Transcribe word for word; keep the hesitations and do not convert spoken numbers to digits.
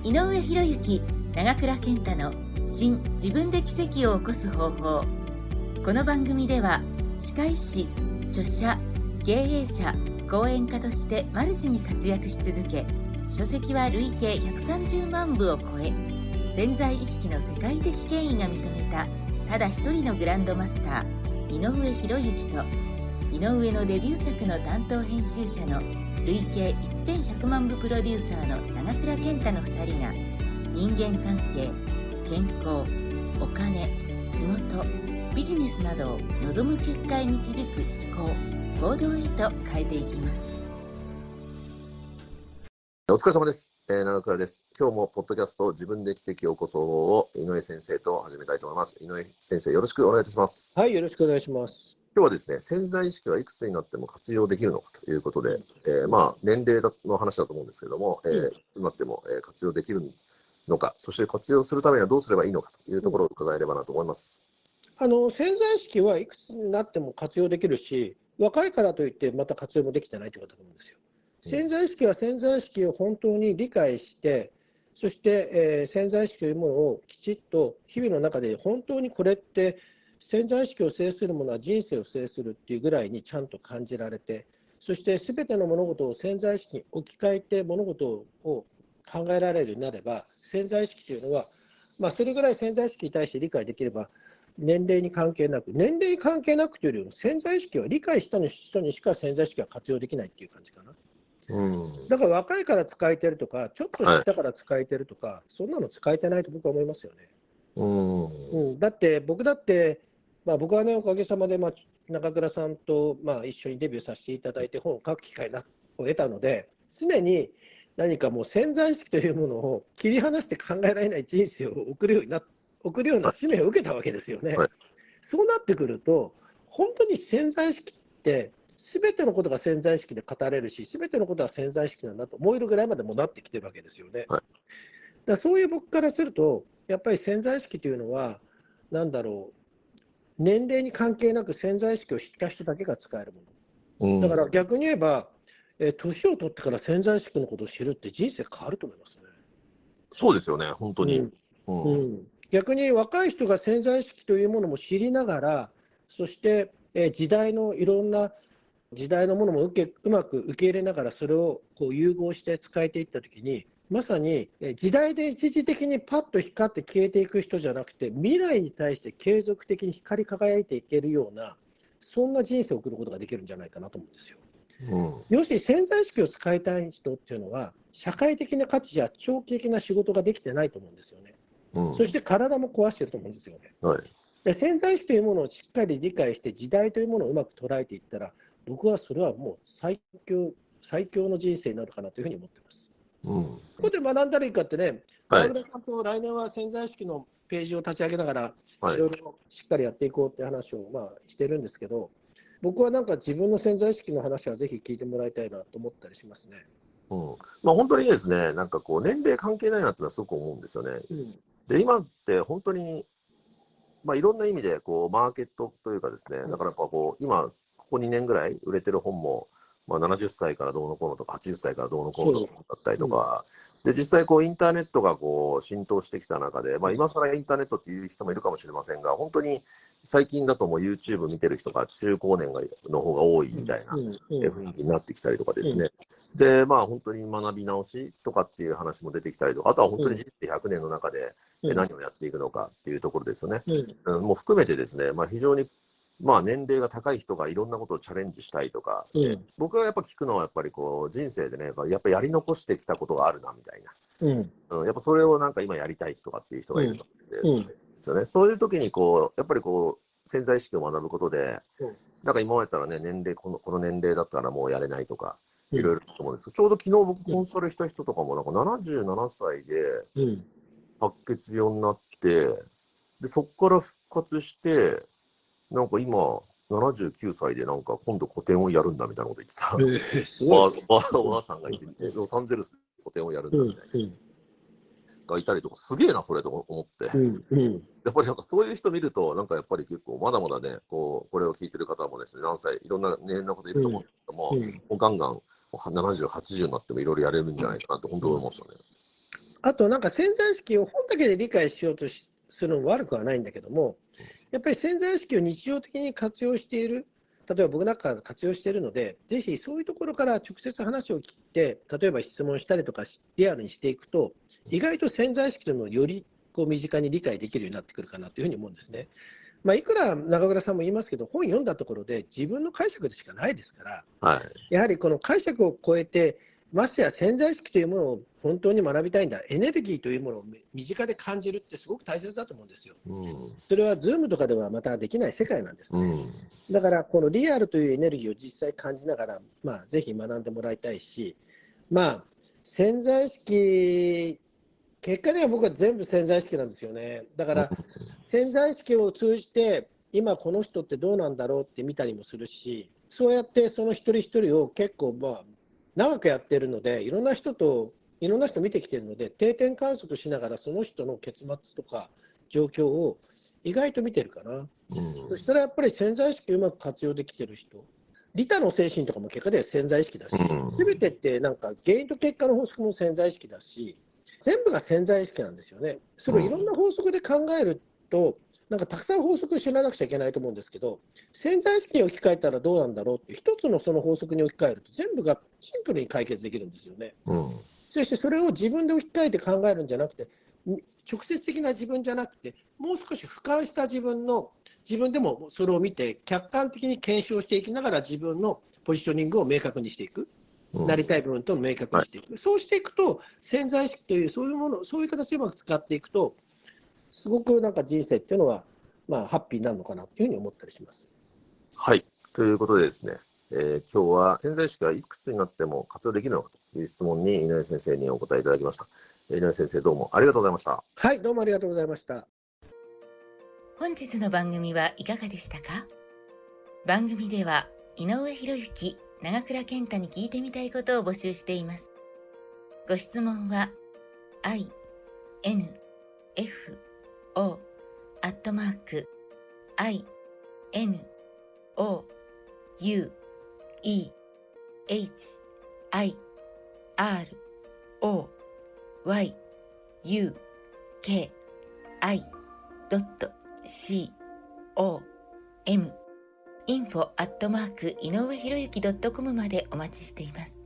井上博之、長倉健太の新自分で奇跡を起こす方法。この番組では歯科医師、著者、経営者、講演家としてマルチに活躍し続け、書籍は累計ひゃくさんじゅうまんぶを超え、潜在意識の世界的権威が認めたただ一人のグランドマスター、井上博之と井上のデビュー作の担当編集者の累計せんひゃくまんぶプロデューサーの長倉健太のふたりが、人間関係、健康、お金、仕事、ビジネスなどを望む結果へ導く思考、行動へと変えていきます。 お疲れ様です、えー、長倉です。今日もポッドキャスト自分で奇跡を起こす方法を井上先生と始めたいと思います。井上先生、よろしくお願いいたします。 はい、よろしくお願いします。 今日はですね、潜在意識はいくつになっても活用できるのかということで、えー、まあ年齢の話だと思うんですけれども、えー、いくつになっても活用できるのか、そして活用するためにはどうすればいいのかというところを伺えればなと思います。 あの潜在意識はいくつになっても活用できるし、若いからといってまた活用もできてないということだと思うんですよ。潜在意識は潜在意識を本当に理解して、そして、えー、潜在意識というものをきちっと日々の中で本当にこれって潜在意識を制するものは人生を制するっていうぐらいにちゃんと感じられて、そして全ての物事を潜在意識に置き換えて物事を考えられるようになれば、潜在意識というのは、まあ、それぐらい潜在意識に対して理解できれば年齢に関係なく、年齢に関係なくというよりも潜在意識は理解した人にしか潜在意識が活用できないっていう感じかな。 うん、 だから若いから使えてるとか、ちょっと知ったから使えてるとか、はい、そんなの使えてないと僕は思いますよね。 うんうん、だって僕だって、まあ、僕はね、おかげさまで、まあ、中倉さんと、まあ、一緒にデビューさせていただいて本を書く機会を得たので、常に何かもう潜在意識というものを切り離して考えられない人生を送るようにな送るような使命を受けたわけですよね。 はい、 そうなってくると、本当に潜在意識って全てのことが潜在意識で語れるし、全てのことは潜在意識なんだと思えるぐらいまでもなってきてるわけですよね。 はい、 だそういう僕からすると、やっぱり潜在意識というのは、なんだろう、年齢に関係なく潜在意識を知った人だけが使えるもの。だから逆に言えば、え年を取ってから潜在意識のことを知るって人生変わると思いますね。 そうですよね、本当に。 うんうんうん、逆に若い人が潜在意識というものも知りながら、そして、え時代のいろんな時代のものも受けうまく受け入れながら、それをこう融合して使えていったときに、まさに時代で一時的にパッと光って消えていく人じゃなくて、未来に対して継続的に光り輝いていけるような、そんな人生を送ることができるんじゃないかなと思うんですよ。うん、要するに潜在意識を使いたい人っていうのは、社会的な価値や長期的な仕事ができてないと思うんですよね。うん、そして体も壊してると思うんですよね。はい、で潜在意識というものをしっかり理解して、時代というものをうまく捉えていったら、僕はそれはもう最強、最強の人生になるかなというふうに思っています。うん、ここで学んだらいいかってね、 はい、 中村さんと来年は潜在意識のページを立ち上げながら、はい、いろいろしっかりやっていこうって話をまあしてるんですけど、僕はなんか自分の潜在意識の話はぜひ聞いてもらいたいなと思ったりしますね。 うん、まあ本当にですね、なんかこう年齢関係ないなってのはすごく思うんですよね。うん、で今って本当にまあ、いろんな意味でこうマーケットというかですね、だからやっぱこう今ここにねんぐらい売れてる本も、まあ、ななじゅっさいからどうのこうのとかはちじゅっさいからどうのこうのとかだったりとか、うん、で実際こうインターネットがこう浸透してきた中で、まあ、今更インターネットっていう人もいるかもしれませんが、本当に最近だともう YouTube 見てる人が中高年の方が多いみたいな雰囲気になってきたりとかですね、でまあ本当に学び直しとかっていう話も出てきたりとか、あとは本当に人生ひゃくねんの中で何をやっていくのかっていうところですよね。うん、もう含めてですね、まあ、非常にまあ年齢が高い人がいろんなことをチャレンジしたいとか、うん、僕がやっぱ聞くのはやっぱりこう人生でね、やっぱりやり残してきたことがあるなみたいな、うんうん、やっぱそれをなんか今やりたいとかっていう人がいるのですよね。そういう時にこうやっぱりこう潜在意識を学ぶことで、うん、なんか今までだったらね、年齢このこの年齢だったらもうやれないとかいろいろと思うんですけど、ちょうど昨日僕コンサルした人とかもなんかななじゅうななさいで白血病になって、でそこから復活して、なんか今、ななじゅうきゅうさいでなんか今度個展をやるんだみたいなこと言ってた。えー、すごい。おばあさんがいて、ロサンゼルスで個展をやるんだみたいな。うんうん、がいたりとか、すげえな、それと思って。うんうん、やっぱりなんかそういう人見ると、なんかやっぱり結構まだまだね、こうこれを聞いてる方もですね、何歳、いろんな年齢の方いると思うんですけども、うんうん、もうガンガンななじゅう、はちじゅうになってもいろいろやれるんじゃないかなと、本当思いますよね。 あとなんか潜在意識を本だけで理解しようとするのも悪くはないんだけども、やっぱり潜在意識を日常的に活用している、例えば僕なんか活用しているので、ぜひそういうところから直接話を聞いて、例えば質問したりとかリアルにしていくと、意外と潜在意識というのをよりこう身近に理解できるようになってくるかなというふうに思うんですね。まあ、いくら中倉さんも言いますけど、本読んだところで自分の解釈でしかないですから、 はい、 やはりこの解釈を超えて、ましてや潜在意識というものを本当に学びたいんだ、エネルギーというものを身近で感じるってすごく大切だと思うんですよ。 うん、 それは Zoom とかではまたできない世界なんですね。 うん、 だからこのリアルというエネルギーを実際感じながら、まあ、ぜひ学んでもらいたいし、まあ、潜在意識、結果では僕は全部潜在意識なんですよね。だから潜在意識を通じて今この人ってどうなんだろうって見たりもするし、そうやってその一人一人を結構まあ長くやってるので、いろんな人といろんな人見てきてるので、定点観測しながらその人の結末とか状況を意外と見てるかな。うん、そしたらやっぱり潜在意識をうまく活用できてる人、利他の精神とかも結果では潜在意識だし、すべてってなんか原因と結果の法則も潜在意識だし、全部が潜在意識なんですよね。それをいろんな法則で考えると、なんかたくさん法則知らなくちゃいけないと思うんですけど、潜在意識に置き換えたらどうなんだろうって一つのその法則に置き換えると全部がシンプルに解決できるんですよね。うん、そしてそれを自分で置き換えて考えるんじゃなくて、直接的な自分じゃなくて、もう少し俯瞰した自分の自分でもそれを見て客観的に検証していきながら自分のポジショニングを明確にしていく。うん、なりたい部分と明確にしていく、はい、そうしていくと潜在意識というそういうもの、そういう形でうまく使っていくとすごくなんか人生っていうのは、まあ、ハッピーになるのかなというふうに思ったりします。 はい、ということでですね、えー、今日は潜在意識がいくつになっても活用できるのかという質問に井上先生にお答えいただきました。井上先生、どうもありがとうございました。 はい、どうもありがとうございました。 本日の番組はいかがでしたか？番組では井上博之、長倉健太に聞いてみたいことを募集しています。ご質問は アイエヌエフオー アットマーク アイエヌオーユーイーエイチアイアールオーワイユーケーアイドットシーオーエムインフォアットマーク井上博之ドットコムまでお待ちしています。